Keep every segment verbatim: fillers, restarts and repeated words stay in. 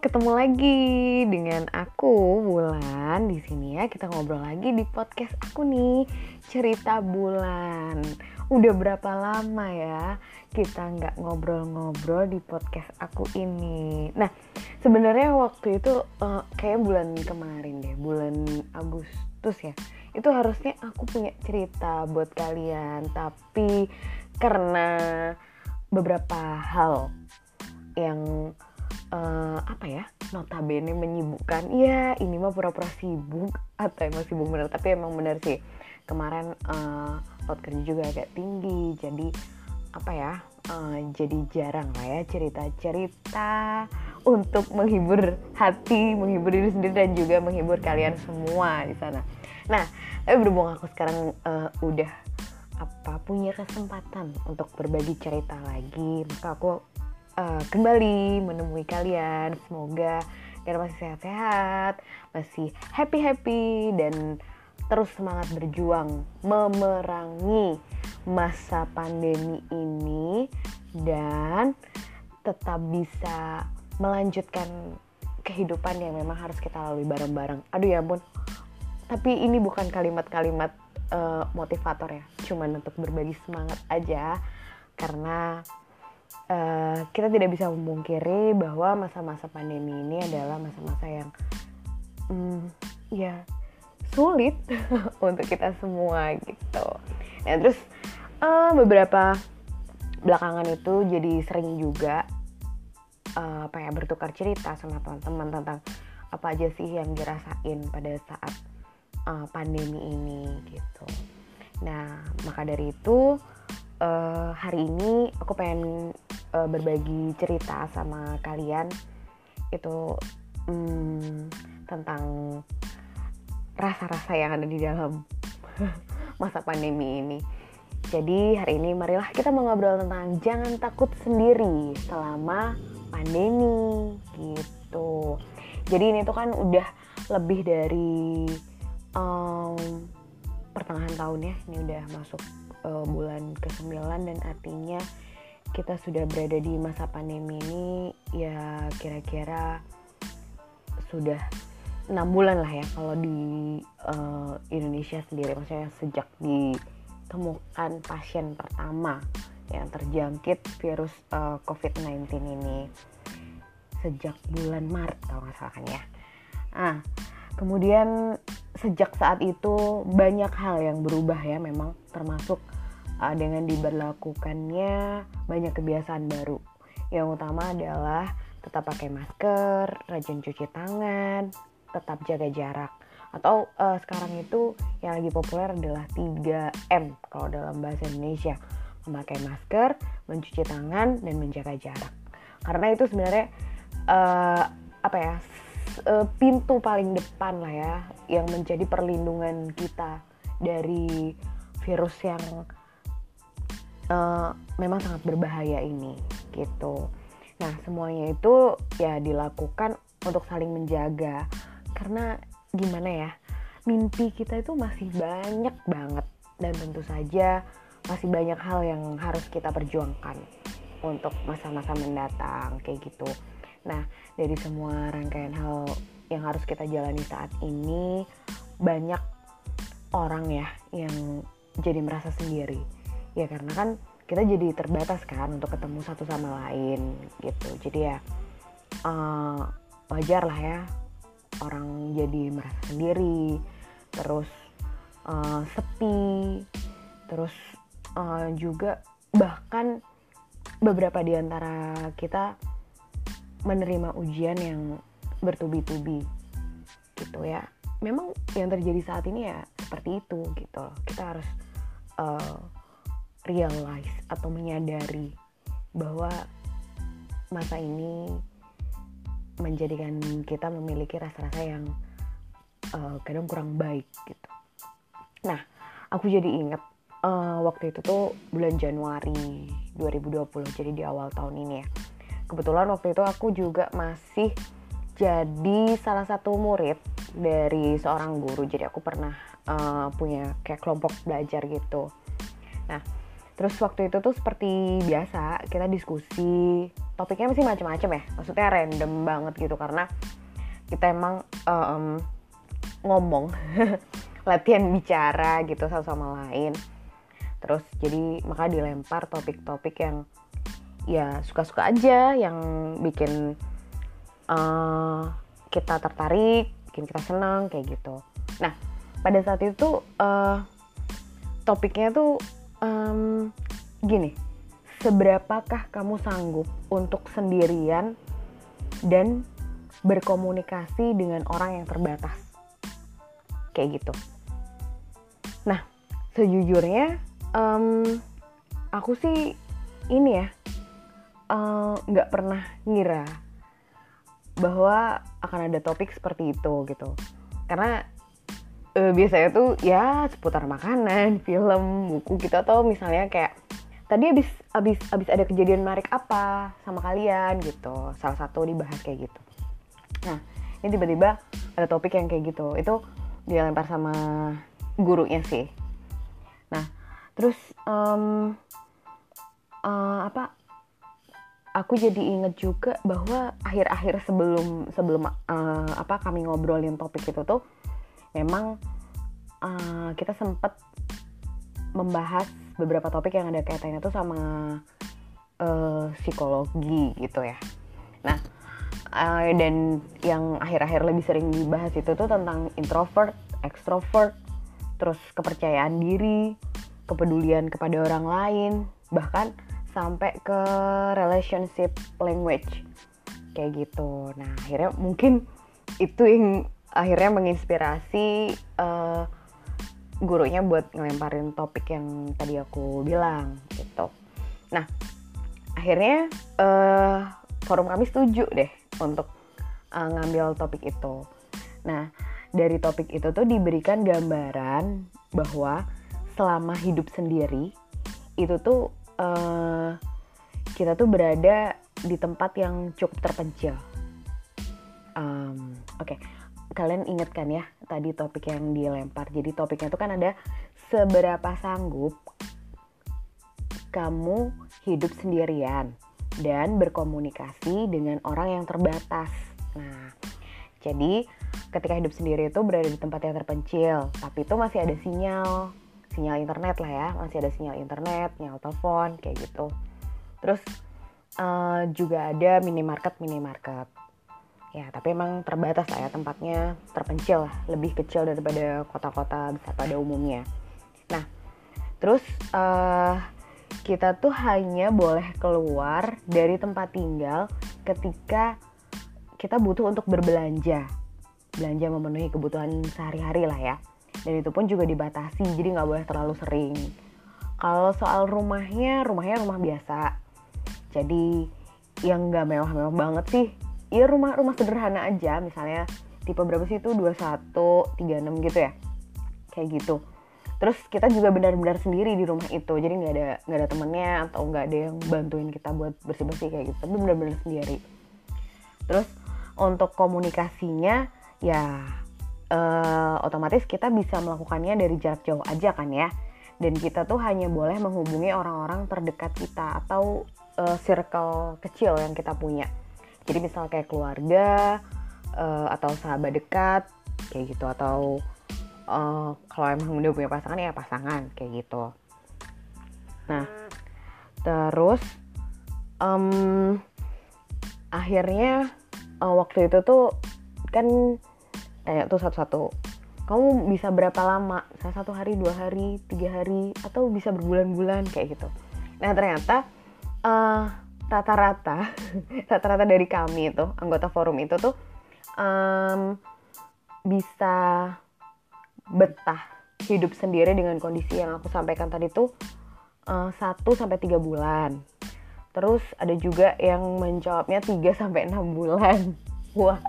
ketemu lagi dengan aku Bulan di sini ya. Kita ngobrol lagi di podcast aku nih, Cerita Bulan. Udah berapa lama ya kita nggak ngobrol-ngobrol di podcast aku ini. Nah, sebenarnya waktu itu uh, kayak bulan kemarin deh, bulan Agustus ya. Itu harusnya aku punya cerita buat kalian, tapi karena beberapa hal yang uh, apa ya notabene menyibukkan, ya ini mah pura-pura sibuk atau emang sibuk bener, tapi emang bener sih kemarin uh, load kerja juga agak tinggi, jadi apa ya uh, jadi jarang lah ya cerita-cerita untuk menghibur hati, menghibur diri sendiri dan juga menghibur kalian semua di sana. Nah, tapi berhubung aku sekarang uh, udah apa punya kesempatan untuk berbagi cerita lagi, maka aku Uh, kembali menemui kalian. Semoga kalian masih sehat-sehat, masih happy-happy, dan terus semangat berjuang memerangi masa pandemi ini dan tetap bisa melanjutkan kehidupan yang memang harus kita lalui bareng-bareng. Aduh ya ampun, tapi ini bukan kalimat-kalimat uh, motivator ya, cuman untuk berbagi semangat aja, karena Uh, kita tidak bisa memungkiri bahwa masa-masa pandemi ini adalah masa-masa yang um, ya sulit untuk kita semua gitu. Nah terus uh, beberapa belakangan itu jadi sering juga uh, apa ya bertukar cerita sama teman-teman tentang apa aja sih yang dirasain pada saat uh, pandemi ini gitu. Nah maka dari itu Uh, hari ini aku pengen uh, berbagi cerita sama kalian itu um, tentang rasa-rasa yang ada di dalam masa pandemi ini. Jadi hari ini marilah kita mengobrol tentang jangan takut sendiri selama pandemi gitu. Jadi ini tuh kan udah lebih dari um, pertengahan tahun ya, ini udah masuk Uh, bulan kesembilan, dan artinya kita sudah berada di masa pandemi ini ya kira-kira sudah enam bulan lah ya kalau di uh, Indonesia sendiri, maksudnya sejak ditemukan pasien pertama yang terjangkit virus uh, covid sembilan belas ini sejak bulan Maret kalau nggak salah kan ya. Nah, kemudian sejak saat itu banyak hal yang berubah ya memang, termasuk uh, dengan diberlakukannya banyak kebiasaan baru. Yang utama adalah tetap pakai masker, rajin cuci tangan, tetap jaga jarak. Atau uh, sekarang itu yang lagi populer adalah tiga M kalau dalam bahasa Indonesia. Memakai masker, mencuci tangan, dan menjaga jarak. Karena itu sebenarnya uh, apa ya pintu paling depan lah ya yang menjadi perlindungan kita dari virus yang uh, memang sangat berbahaya ini gitu. Nah semuanya itu ya dilakukan untuk saling menjaga, karena gimana ya, mimpi kita itu masih banyak banget, dan tentu saja masih banyak hal yang harus kita perjuangkan untuk masa-masa mendatang kayak gitu. Nah, dari semua rangkaian hal yang harus kita jalani saat ini, banyak orang ya yang jadi merasa sendiri. Ya karena kan kita jadi terbatas kan untuk ketemu satu sama lain gitu. Jadi ya uh, wajar lah ya orang jadi merasa sendiri, terus uh, sepi, terus uh, juga bahkan beberapa di antara kita menerima ujian yang bertubi-tubi gitu ya. Memang yang terjadi saat ini ya seperti itu gitu. Kita harus uh, realize atau menyadari bahwa masa ini menjadikan kita memiliki rasa-rasa yang uh, kadang kurang baik gitu. Nah, aku jadi ingat uh, waktu itu tuh bulan Januari dua ribu dua puluh, jadi di awal tahun ini ya. Kebetulan waktu itu aku juga masih jadi salah satu murid dari seorang guru. Jadi aku pernah uh, punya kayak kelompok belajar gitu. Nah, terus waktu itu tuh seperti biasa kita diskusi topiknya masih macam-macam ya, maksudnya random banget gitu karena kita emang um, ngomong latihan bicara gitu satu sama lain. Terus jadi maka dilempar topik-topik yang ya suka-suka aja, yang bikin uh, kita tertarik, bikin kita senang kayak gitu. Nah pada saat itu uh, topiknya tuh um, gini, seberapakah kamu sanggup untuk sendirian dan berkomunikasi dengan orang yang terbatas, kayak gitu. Nah sejujurnya um, aku sih ini ya nggak uh, pernah ngira bahwa akan ada topik seperti itu gitu, karena uh, biasanya tuh ya seputar makanan, film, buku gitu, atau misalnya kayak tadi abis abis abis ada kejadian menarik apa sama kalian gitu, salah satu dibahas kayak gitu. Nah ini tiba-tiba ada topik yang kayak gitu, itu dilempar sama gurunya sih. Nah terus um, uh, apa aku jadi inget juga bahwa akhir-akhir sebelum sebelum uh, apa kami ngobrolin topik itu tuh memang uh, kita sempat membahas beberapa topik yang ada kaitannya tuh sama uh, psikologi gitu ya. Nah uh, dan yang akhir-akhir lebih sering dibahas itu tuh tentang introvert, extrovert, terus kepercayaan diri, kepedulian kepada orang lain, bahkan sampai ke relationship language kayak gitu. Nah akhirnya mungkin itu yang akhirnya menginspirasi uh, gurunya buat ngelemparin topik yang tadi aku bilang gitu. Nah akhirnya uh, forum kami setuju deh untuk uh, ngambil topik itu. Nah dari topik itu tuh diberikan gambaran bahwa selama hidup sendiri itu tuh Uh, kita tuh berada di tempat yang cukup terpencil. Um, Oke, okay. Kalian ingat kan ya tadi topik yang dilempar. Jadi topiknya tuh kan ada seberapa sanggup kamu hidup sendirian dan berkomunikasi dengan orang yang terbatas. Nah, jadi ketika hidup sendiri itu berada di tempat yang terpencil, tapi itu masih ada sinyal. sinyal internet lah ya, masih ada sinyal internet, sinyal telepon, kayak gitu. Terus uh, juga ada minimarket, minimarket. Ya, tapi emang terbatas lah ya tempatnya, terpencil lah, lebih kecil daripada kota-kota besar pada umumnya. Nah, terus uh, kita tuh hanya boleh keluar dari tempat tinggal ketika kita butuh untuk berbelanja. Belanja memenuhi kebutuhan sehari-hari lah ya. Dan itu pun juga dibatasi, jadi nggak boleh terlalu sering. Kalau soal rumahnya, rumahnya rumah biasa. Jadi yang nggak mewah-mewah banget sih, ya rumah-rumah sederhana aja. Misalnya tipe berapa sih itu, dua puluh satu, tiga puluh enam gitu ya, kayak gitu. Terus kita juga benar-benar sendiri di rumah itu, jadi nggak ada nggak ada temennya atau nggak ada yang bantuin kita buat bersih-bersih kayak gitu, tapi benar-benar sendiri. Terus untuk komunikasinya ya Uh, otomatis kita bisa melakukannya dari jarak jauh aja kan ya, dan kita tuh hanya boleh menghubungi orang-orang terdekat kita atau uh, circle kecil yang kita punya. Jadi misal kayak keluarga uh, atau sahabat dekat kayak gitu, atau uh, kalau emang udah punya pasangan ya pasangan kayak gitu. Nah terus um, akhirnya uh, waktu itu tuh kan tanya tuh satu-satu, kamu bisa berapa lama? Misalnya satu hari, dua hari, tiga hari, atau bisa berbulan-bulan kayak gitu. Nah ternyata uh, rata-rata rata-rata dari kami itu, anggota forum itu tuh um, bisa betah hidup sendiri dengan kondisi yang aku sampaikan tadi tuh uh, satu sampai tiga bulan. Terus ada juga yang menjawabnya tiga sampai enam bulan. Wah,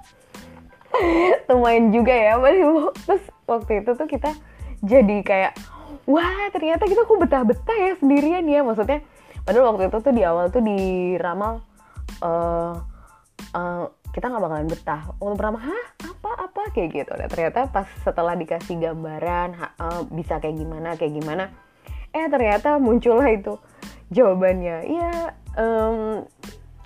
lumayan juga ya. Terus waktu itu tuh kita jadi kayak, wah ternyata kita kok betah-betah ya sendirian ya. Maksudnya padahal waktu itu tuh di awal tuh diramal uh, uh, kita gak bakalan betah. Waktu pertama, hah apa-apa kayak gitu. Dan ternyata pas setelah dikasih gambaran uh, bisa kayak gimana, kayak gimana, eh ternyata muncullah itu jawabannya. Iya um,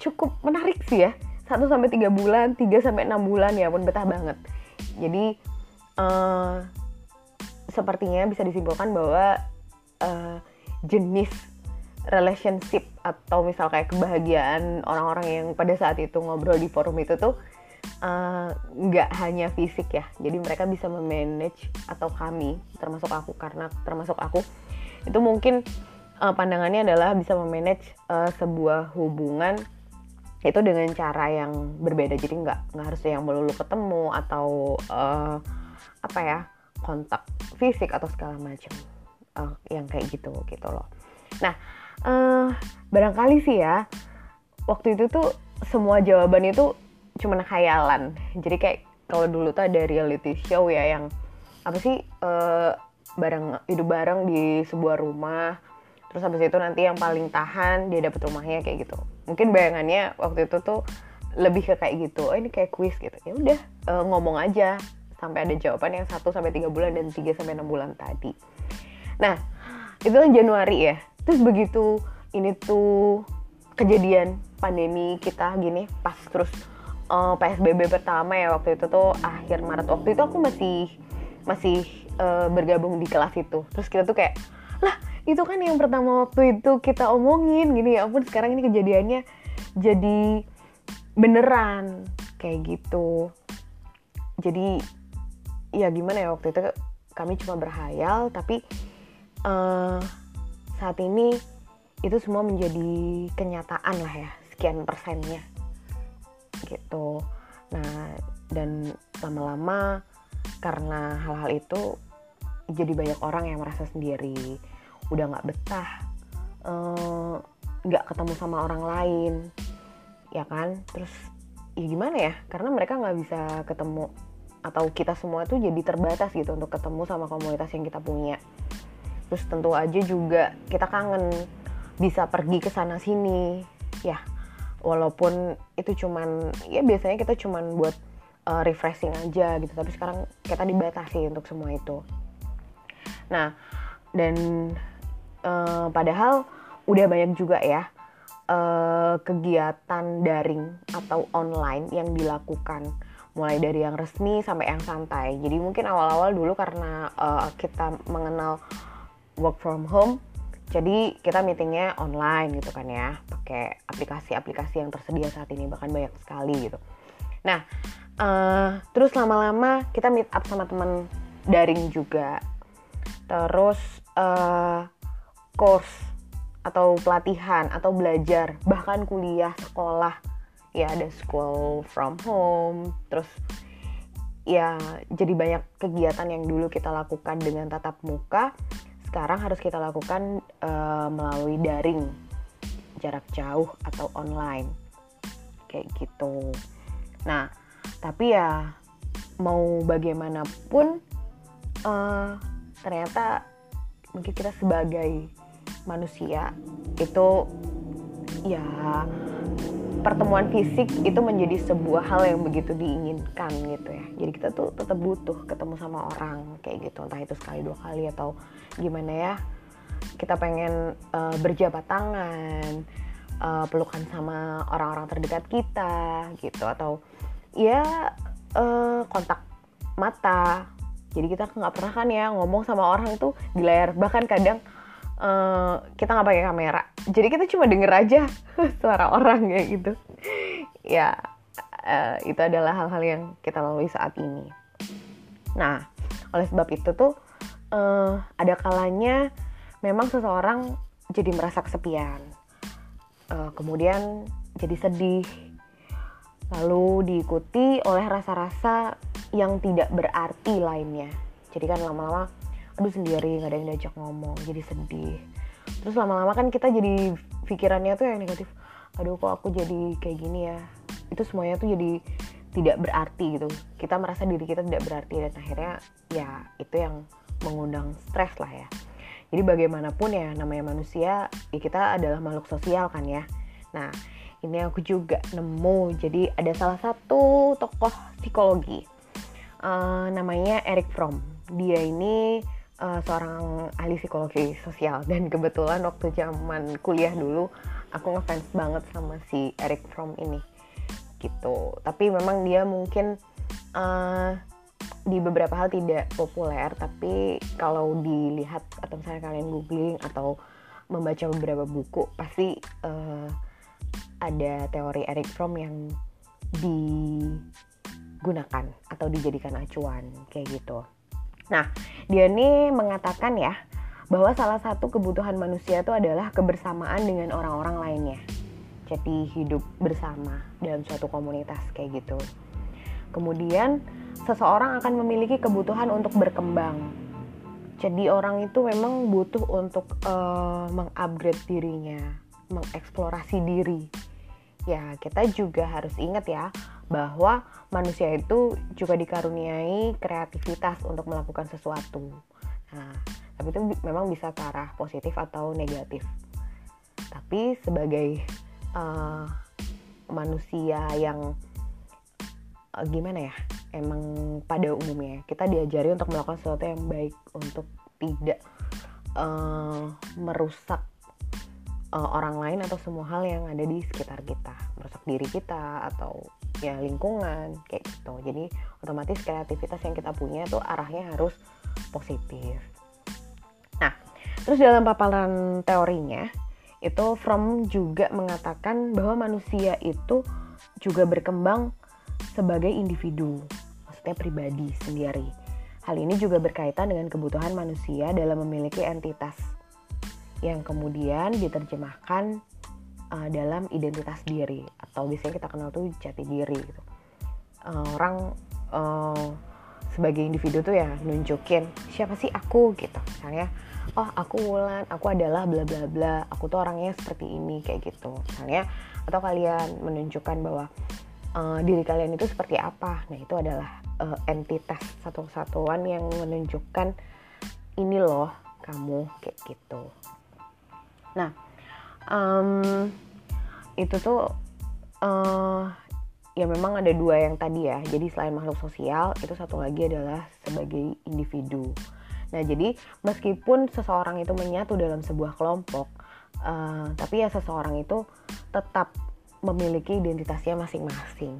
cukup menarik sih ya. Satu sampai tiga bulan, tiga sampai enam bulan, ya pun betah banget. Jadi uh, sepertinya bisa disimpulkan bahwa uh, jenis relationship atau misal kayak kebahagiaan orang-orang yang pada saat itu ngobrol di forum itu tuh nggak uh, hanya fisik ya. Jadi mereka bisa memanage, atau kami, termasuk aku, karena termasuk aku itu mungkin uh, pandangannya adalah bisa memanage uh, sebuah hubungan itu dengan cara yang berbeda. Jadi nggak nggak harus yang melulu ketemu atau uh, apa ya, kontak fisik atau segala macam uh, yang kayak gitu gitu loh. Nah uh, barangkali sih ya waktu itu tuh semua jawaban itu cuma khayalan. Jadi kayak kalau dulu tuh ada reality show ya yang apa sih uh, bareng hidup bareng di sebuah rumah. Terus habis itu nanti yang paling tahan dia dapet rumahnya kayak gitu. Mungkin bayangannya waktu itu tuh lebih ke kayak gitu. Oh ini kayak quiz gitu. Ya udah uh, ngomong aja sampai ada jawaban yang satu sampai tiga bulan dan tiga sampai enam bulan tadi. Nah, itu kan Januari ya. Terus begitu ini tuh kejadian pandemi kita gini pas terus uh, P S B B pertama ya waktu itu tuh akhir Maret. Waktu itu aku masih masih uh, bergabung di kelas itu. Terus kita tuh kayak, lah itu kan yang pertama waktu itu kita omongin gini, ya ampun sekarang ini kejadiannya jadi beneran kayak gitu. Jadi ya gimana ya, waktu itu kami cuma berhayal, tapi uh, saat ini itu semua menjadi kenyataan lah ya, sekian persennya gitu. Nah dan lama-lama karena hal-hal itu jadi banyak orang yang merasa sendiri, udah nggak betah, nggak uh, ketemu sama orang lain, ya kan? Terus ya gimana ya? Karena mereka nggak bisa ketemu, atau kita semua tuh jadi terbatas gitu untuk ketemu sama komunitas yang kita punya. Terus tentu aja juga kita kangen bisa pergi ke sana sini, ya. Walaupun itu cuman, ya biasanya kita cuman buat uh, refreshing aja gitu. Tapi sekarang kita dibatasi untuk semua itu. Nah, dan uh, padahal udah banyak juga ya uh, kegiatan daring atau online yang dilakukan. Mulai dari yang resmi sampai yang santai. Jadi mungkin awal-awal dulu karena uh, kita mengenal work from home, jadi kita meetingnya online gitu kan ya, pakai aplikasi-aplikasi yang tersedia saat ini, bahkan banyak sekali gitu. Nah, uh, terus lama-lama kita meet up sama teman daring juga. Terus uh, course atau pelatihan atau belajar, bahkan kuliah, sekolah. Ya ada school from home, terus ya jadi banyak kegiatan yang dulu kita lakukan dengan tatap muka, sekarang harus kita lakukan uh, melalui daring, jarak jauh atau online, kayak gitu. Nah, tapi ya mau bagaimanapun, uh, ternyata mungkin kita sebagai manusia itu ya pertemuan fisik itu menjadi sebuah hal yang begitu diinginkan gitu ya. Jadi kita tuh tetap butuh ketemu sama orang kayak gitu, entah itu sekali dua kali atau gimana ya. Kita pengen uh, berjabat tangan, uh, pelukan sama orang-orang terdekat kita gitu, atau ya uh, kontak mata. Jadi kita nggak pernah kan ya ngomong sama orang itu di layar, bahkan kadang Uh, kita nggak pakai kamera, jadi kita cuma denger aja suara orang kayak gitu. Ya uh, itu adalah hal-hal yang kita lalui saat ini. Nah oleh sebab itu tuh uh, ada kalanya memang seseorang jadi merasa kesepian, uh, kemudian jadi sedih, lalu diikuti oleh rasa-rasa yang tidak berarti lainnya. Jadi kan lama-lama aduh sendiri, gak ada yang diajak ngomong, jadi sedih. Terus lama-lama kan kita jadi pikirannya tuh yang negatif, aduh kok aku jadi kayak gini ya. Itu semuanya tuh jadi tidak berarti gitu. Kita merasa diri kita tidak berarti, dan akhirnya ya itu yang mengundang stres lah ya. Jadi bagaimanapun ya namanya manusia, ya kita adalah makhluk sosial kan ya. Nah ini aku juga nemu, jadi ada salah satu tokoh psikologi, uh, namanya Erich Fromm. Dia ini Uh, seorang ahli psikologi sosial, dan kebetulan waktu zaman kuliah dulu aku ngefans banget sama si Eric Fromm ini gitu. Tapi memang dia mungkin uh, di beberapa hal tidak populer, tapi kalau dilihat atau misalnya kalian googling atau membaca beberapa buku, pasti uh, ada teori Eric Fromm yang digunakan atau dijadikan acuan kayak gitu. Nah, dia nih mengatakan ya bahwa salah satu kebutuhan manusia itu adalah kebersamaan dengan orang-orang lainnya. Jadi hidup bersama dalam suatu komunitas kayak gitu. Kemudian seseorang akan memiliki kebutuhan untuk berkembang. Jadi orang itu memang butuh untuk uh, mengupgrade dirinya, mengeksplorasi diri. Ya, kita juga harus ingat ya bahwa manusia itu juga dikaruniai kreativitas untuk melakukan sesuatu. Nah, tapi itu memang bisa ke arah positif atau negatif. Tapi sebagai uh, manusia yang uh, gimana ya, emang pada umumnya kita diajari untuk melakukan sesuatu yang baik, untuk tidak uh, merusak uh, orang lain atau semua hal yang ada di sekitar kita, merusak diri kita atau ya lingkungan kayak gitu. Jadi otomatis kreativitas yang kita punya tuh arahnya harus positif. Nah, terus dalam paparan teorinya itu Fromm juga mengatakan bahwa manusia itu juga berkembang sebagai individu, maksudnya pribadi sendiri. Hal ini juga berkaitan dengan kebutuhan manusia dalam memiliki entitas yang kemudian diterjemahkan uh, dalam identitas diri, atau biasanya kita kenal tuh jati diri gitu. Uh, orang uh, sebagai individu tuh ya nunjukin siapa sih aku gitu. Misalnya, oh aku Wulan, aku adalah bla bla bla, aku tuh orangnya seperti ini kayak gitu. Misalnya, atau kalian menunjukkan bahwa uh, diri kalian itu seperti apa. Nah, itu adalah uh, entitas, satu kesatuan yang menunjukkan ini loh kamu kayak gitu. Nah, um, itu tuh uh, ya memang ada dua yang tadi ya. Jadi selain makhluk sosial, itu satu lagi adalah sebagai individu. Nah, jadi meskipun seseorang itu menyatu dalam sebuah kelompok, uh, tapi ya seseorang itu tetap memiliki identitasnya masing-masing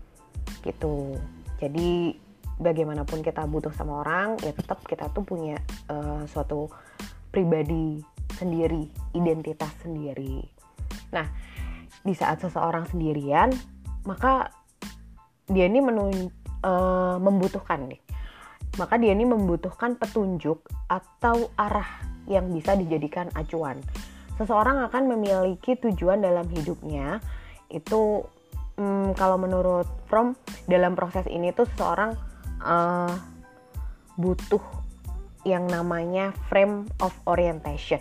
gitu. Jadi bagaimanapun kita butuh sama orang, ya tetap kita tuh punya uh, suatu pribadi sendiri, identitas sendiri. Nah, di saat seseorang sendirian, maka dia ini menun, uh, membutuhkan nih. Maka dia ini membutuhkan petunjuk atau arah yang bisa dijadikan acuan. Seseorang akan memiliki tujuan dalam hidupnya. Itu um, kalau menurut Fromm, dalam proses ini tuh seseorang uh, butuh yang namanya frame of orientation.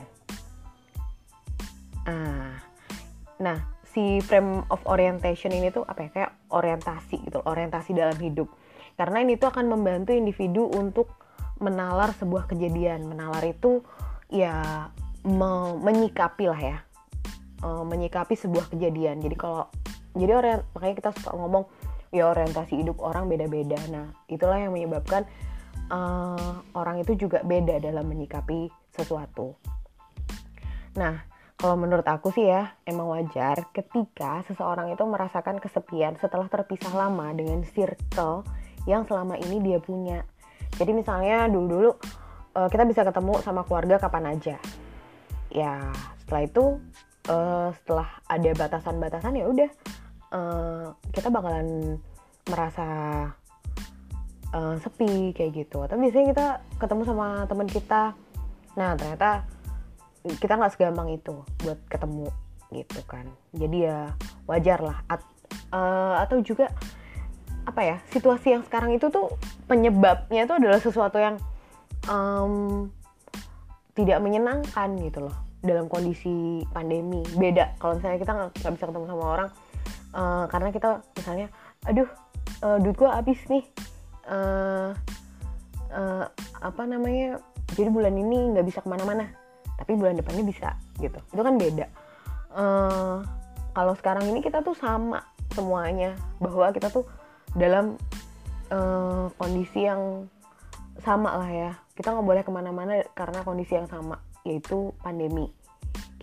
Ah, nah, si frame of orientation ini tuh apa ya, kayak orientasi gitu, orientasi dalam hidup. Karena ini tuh akan membantu individu untuk menalar sebuah kejadian. Menalar itu ya me- menyikapi lah ya, e, menyikapi sebuah kejadian. Jadi kalau jadi orient, makanya kita suka ngomong ya orientasi hidup orang beda-beda. Nah, itulah yang menyebabkan e, orang itu juga beda dalam menyikapi sesuatu. Nah, kalau menurut aku sih ya, emang wajar ketika seseorang itu merasakan kesepian setelah terpisah lama dengan circle yang selama ini dia punya. Jadi misalnya dulu-dulu uh, kita bisa ketemu sama keluarga kapan aja. Ya setelah itu, uh, setelah ada batasan-batasan ya udah, uh, kita bakalan merasa uh, sepi kayak gitu. Atau biasanya kita ketemu sama teman kita, nah ternyata kita nggak segampang itu buat ketemu gitu kan. Jadi ya wajar lah. At, uh, atau juga apa ya, situasi yang sekarang itu tuh penyebabnya itu adalah sesuatu yang um, tidak menyenangkan gitu loh dalam kondisi pandemi. Beda kalau misalnya kita nggak bisa ketemu sama orang uh, karena kita misalnya, aduh uh, duit gue habis nih, uh, uh, apa namanya, jadi bulan ini nggak bisa kemana-mana, tapi bulan depannya bisa gitu. Itu kan beda. Uh, kalau sekarang ini kita tuh sama semuanya, bahwa kita tuh dalam uh, kondisi yang sama lah ya. Kita nggak boleh kemana-mana karena kondisi yang sama, yaitu pandemi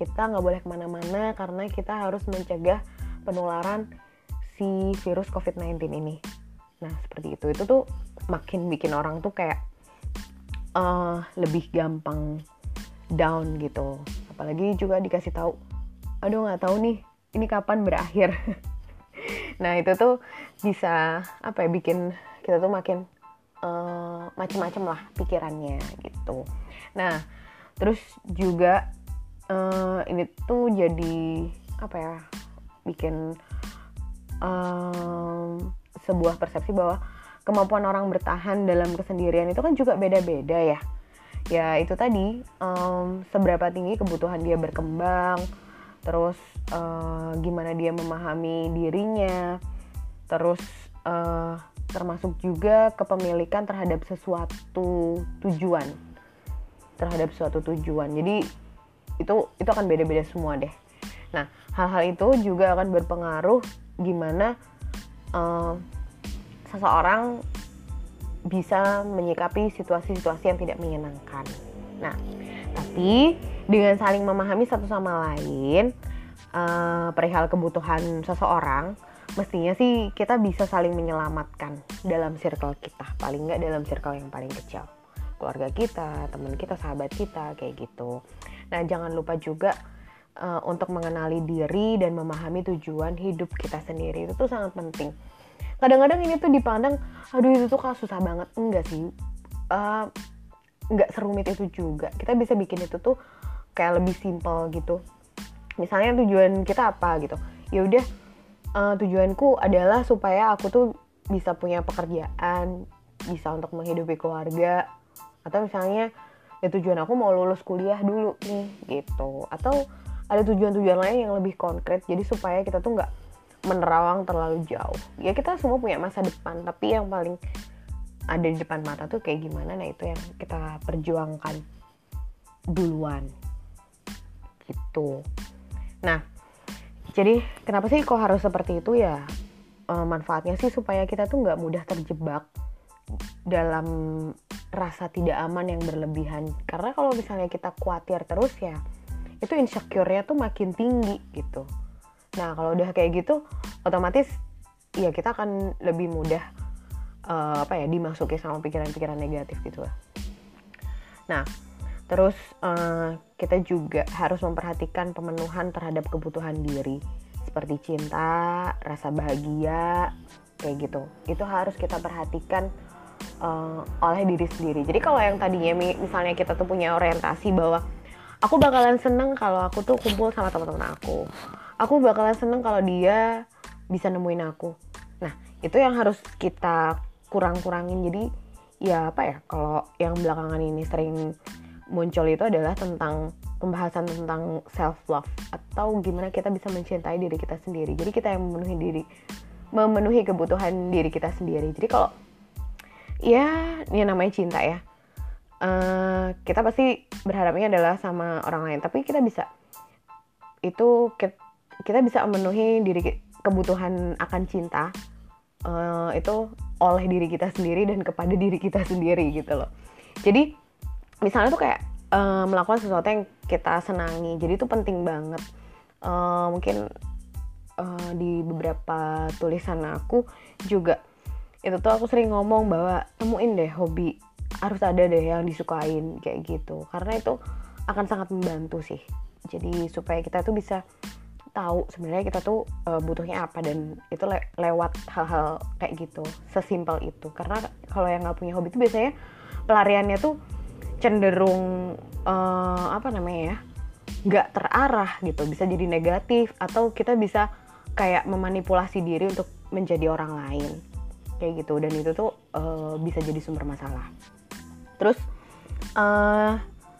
kita nggak boleh kemana-mana karena kita harus mencegah penularan si virus covid sembilan belas ini. Nah seperti itu, itu tuh makin bikin orang tuh kayak uh, lebih gampang down gitu. Apalagi juga dikasih tahu, aduh nggak tahu nih ini kapan berakhir. Nah itu tuh bisa apa ya, bikin kita tuh makin uh, macem-macem lah pikirannya gitu. Nah terus juga uh, ini tuh jadi apa ya, bikin um, sebuah persepsi bahwa kemampuan orang bertahan dalam kesendirian itu kan juga beda-beda ya. Ya itu tadi, um, seberapa tinggi kebutuhan dia berkembang, terus uh, gimana dia memahami dirinya, terus uh, termasuk juga kepemilikan terhadap sesuatu tujuan, terhadap suatu tujuan. Jadi itu itu akan beda-beda semua deh. Nah hal-hal itu juga akan berpengaruh gimana uh, seseorang bisa menyikapi situasi-situasi yang tidak menyenangkan. Nah, tapi dengan saling memahami satu sama lain uh, perihal kebutuhan seseorang, mestinya sih kita bisa saling menyelamatkan dalam circle kita, paling nggak dalam circle yang paling kecil, keluarga kita, teman kita, sahabat kita, kayak gitu. Nah, jangan lupa juga uh, untuk mengenali diri dan memahami tujuan hidup kita sendiri, itu tuh sangat penting. Kadang-kadang ini tuh dipandang, aduh itu tuh susah banget. Enggak sih, uh, enggak serumit itu juga. Kita bisa bikin itu tuh kayak lebih simple gitu. Misalnya tujuan kita apa gitu. Ya udah, uh, tujuanku adalah supaya aku tuh bisa punya pekerjaan, bisa untuk menghidupi keluarga. Atau misalnya, ya tujuan aku mau lulus kuliah dulu nih gitu. Atau ada tujuan-tujuan lain yang lebih konkret. Jadi supaya kita tuh nggak menerawang terlalu jauh. Ya kita semua punya masa depan, tapi yang paling ada di depan mata tuh kayak gimana, nah itu yang kita perjuangkan duluan gitu. Nah jadi kenapa sih kok harus seperti itu ya? E, manfaatnya sih supaya kita tuh nggak mudah terjebak dalam rasa tidak aman yang berlebihan. Karena kalau misalnya kita khawatir terus ya, itu insecure-nya tuh makin tinggi gitu. Nah kalau udah kayak gitu, otomatis ya kita akan lebih mudah uh, apa ya dimasuki sama pikiran-pikiran negatif gitu lah. Nah terus uh, kita juga harus memperhatikan pemenuhan terhadap kebutuhan diri seperti cinta, rasa bahagia, kayak gitu. Itu harus kita perhatikan uh, oleh diri sendiri. Jadi kalau yang tadinya misalnya kita tuh punya orientasi bahwa aku bakalan seneng kalau aku tuh kumpul sama teman-teman aku. Aku bakalan seneng kalau dia bisa nemuin aku. Nah, itu yang harus kita kurang-kurangin. Jadi, ya apa ya, kalau yang belakangan ini sering muncul itu adalah tentang pembahasan tentang self-love. Atau gimana kita bisa mencintai diri kita sendiri. Jadi, kita yang memenuhi diri, memenuhi kebutuhan diri kita sendiri. Jadi, kalau, ya, ini namanya cinta ya. Uh, kita pasti berharapnya adalah sama orang lain. Tapi kita bisa, itu kita, kita bisa memenuhi diri kebutuhan akan cinta uh, itu oleh diri kita sendiri dan kepada diri kita sendiri gitu loh. Jadi misalnya tuh kayak uh, melakukan sesuatu yang kita senangi, jadi itu penting banget. Uh, mungkin uh, di beberapa tulisan aku juga itu tuh aku sering ngomong bahwa temuin deh hobi, harus ada deh yang disukain kayak gitu, karena itu akan sangat membantu sih. Jadi supaya kita tuh bisa tahu sebenarnya kita tuh uh, butuhnya apa, dan itu le- lewat hal-hal kayak gitu, sesimpel itu. Karena kalau yang nggak punya hobi itu biasanya pelariannya tuh cenderung uh, apa namanya ya, nggak terarah gitu, bisa jadi negatif, atau kita bisa kayak memanipulasi diri untuk menjadi orang lain kayak gitu, dan itu tuh uh, bisa jadi sumber masalah. Terus uh,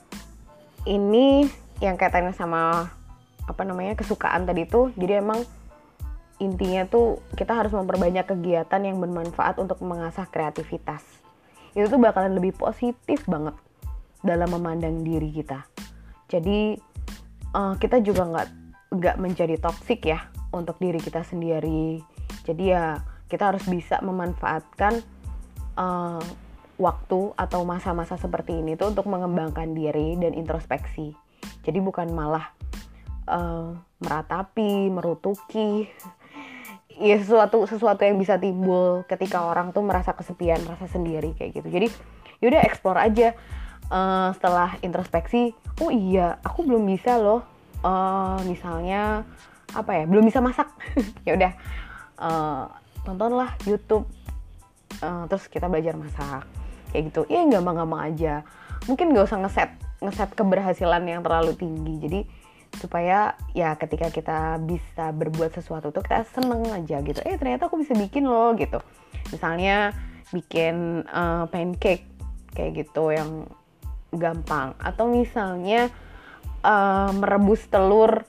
ini yang kaitannya sama apa namanya kesukaan tadi tuh, jadi emang intinya tuh kita harus memperbanyak kegiatan yang bermanfaat untuk mengasah kreativitas. Itu tuh bakalan lebih positif banget dalam memandang diri kita. Jadi uh, kita juga nggak nggak menjadi toksik ya untuk diri kita sendiri. Jadi ya kita harus bisa memanfaatkan uh, waktu atau masa-masa seperti ini tuh untuk mengembangkan diri dan introspeksi. Jadi bukan malah uh, meratapi, merutuki. Ya sesuatu sesuatu yang bisa timbul ketika orang tuh merasa kesepian, merasa sendiri kayak gitu. Jadi yaudah explore aja. Uh, setelah introspeksi, oh iya aku belum bisa loh, uh, misalnya apa ya, belum bisa masak. Ya udah, uh, tontonlah YouTube, uh, terus kita belajar masak kayak gitu. Ya gampang-gampang aja. Mungkin gak usah ngeset ngeset keberhasilan yang terlalu tinggi. Jadi supaya ya ketika kita bisa berbuat sesuatu tuh kita seneng aja gitu. Eh ternyata aku bisa bikin loh gitu. Misalnya bikin uh, pancake kayak gitu yang gampang. Atau misalnya uh, merebus telur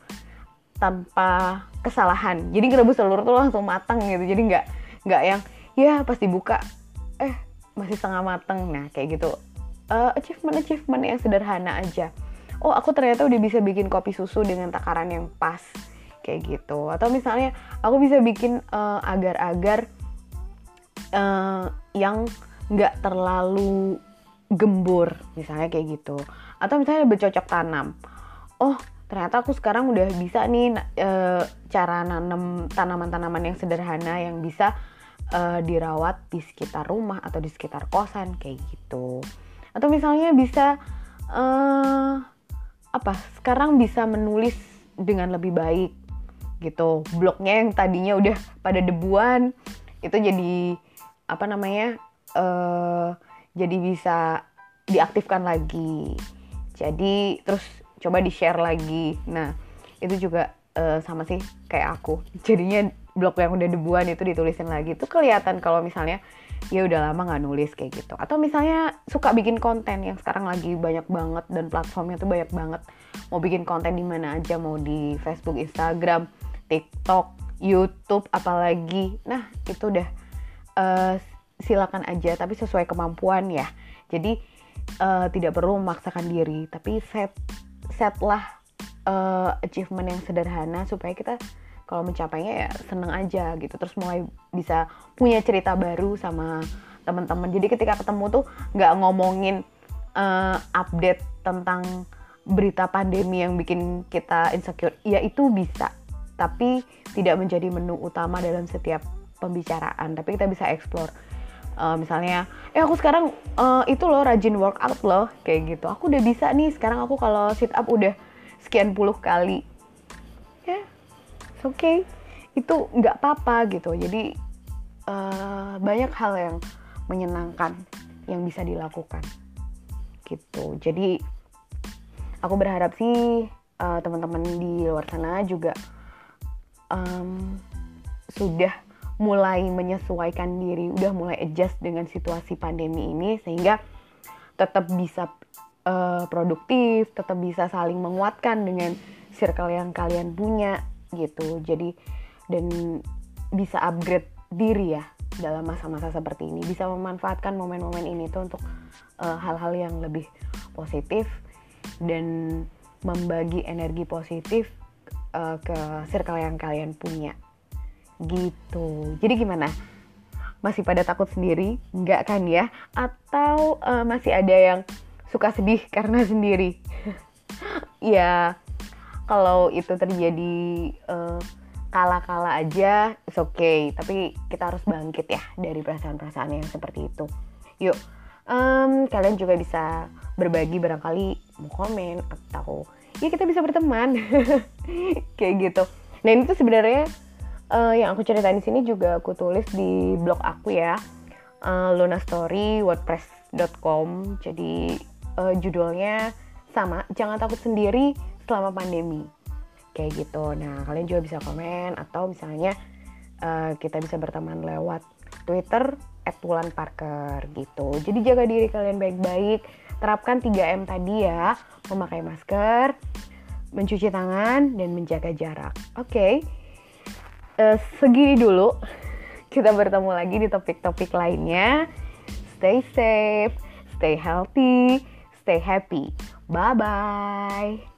tanpa kesalahan. Jadi merebus telur tuh langsung matang gitu. Jadi nggak nggak yang ya pas dibuka eh masih setengah matang. Nah kayak gitu. Uh, achievement achievement yang sederhana aja. Oh aku ternyata udah bisa bikin kopi susu dengan takaran yang pas kayak gitu. Atau misalnya aku bisa bikin uh, agar-agar uh, yang nggak terlalu gembur misalnya kayak gitu. Atau misalnya bercocok tanam. Oh ternyata aku sekarang udah bisa nih uh, cara nanam tanaman-tanaman yang sederhana yang bisa uh, dirawat di sekitar rumah atau di sekitar kosan kayak gitu. Atau misalnya bisa uh, apa sekarang bisa menulis dengan lebih baik gitu. Blognya yang tadinya udah pada debuan itu jadi apa namanya uh, jadi bisa diaktifkan lagi. Jadi terus coba di share lagi. Nah itu juga uh, sama sih kayak aku. Jadinya blog yang udah debuan itu ditulisin lagi. Itu kelihatan kalau misalnya ya udah lama nggak nulis kayak gitu. Atau misalnya suka bikin konten yang sekarang lagi banyak banget dan platformnya tuh banyak banget. Mau bikin konten di mana aja, mau di Facebook, Instagram, TikTok, YouTube, apalagi. Nah itu udah uh, silakan aja, tapi sesuai kemampuan ya. Jadi uh, tidak perlu memaksakan diri, tapi set setlah uh, achievement yang sederhana supaya kita kalau mencapainya ya seneng aja gitu. Terus mulai bisa punya cerita baru sama teman-teman. Jadi ketika ketemu tuh nggak ngomongin uh, update tentang berita pandemi yang bikin kita insecure. Ya itu bisa, tapi tidak menjadi menu utama dalam setiap pembicaraan. Tapi kita bisa explore. Uh, misalnya, eh aku sekarang uh, itu loh rajin workout loh kayak gitu. Aku udah bisa nih sekarang aku kalau sit up udah sekian puluh kali. Ya. Oke, okay. Itu nggak apa-apa gitu. Jadi uh, banyak hal yang menyenangkan yang bisa dilakukan gitu. Jadi aku berharap sih uh, teman-teman di luar sana juga um, sudah mulai menyesuaikan diri, udah mulai adjust dengan situasi pandemi ini sehingga tetap bisa uh, produktif, tetap bisa saling menguatkan dengan circle yang kalian punya gitu. Jadi dan bisa upgrade diri ya dalam masa-masa seperti ini, bisa memanfaatkan momen-momen ini tuh untuk uh, hal-hal yang lebih positif dan membagi energi positif uh, ke circle yang kalian punya gitu. Jadi gimana? Masih pada takut sendiri? Enggak kan ya? Atau uh, masih ada yang suka sedih karena sendiri? Ya kalau itu terjadi uh, kala-kala aja, it's okay. Tapi kita harus bangkit ya dari perasaan-perasaan yang seperti itu. Yuk, um, kalian juga bisa berbagi barangkali mau komen atau ya kita bisa berteman kayak gitu. Dan itu sebenarnya uh, yang aku ceritain di sini juga aku tulis di blog aku ya, uh, lunastory wordpress dot com. Jadi uh, judulnya sama, jangan takut sendiri selama pandemi kayak gitu. Nah kalian juga bisa komen atau misalnya uh, kita bisa berteman lewat Twitter at wulan parker gitu. Jadi jaga diri kalian baik-baik, terapkan tiga M tadi ya, memakai masker, mencuci tangan, dan menjaga jarak. Oke, okay. uh, segini dulu, kita bertemu lagi di topik-topik lainnya. Stay safe, stay healthy, stay happy. Bye-bye.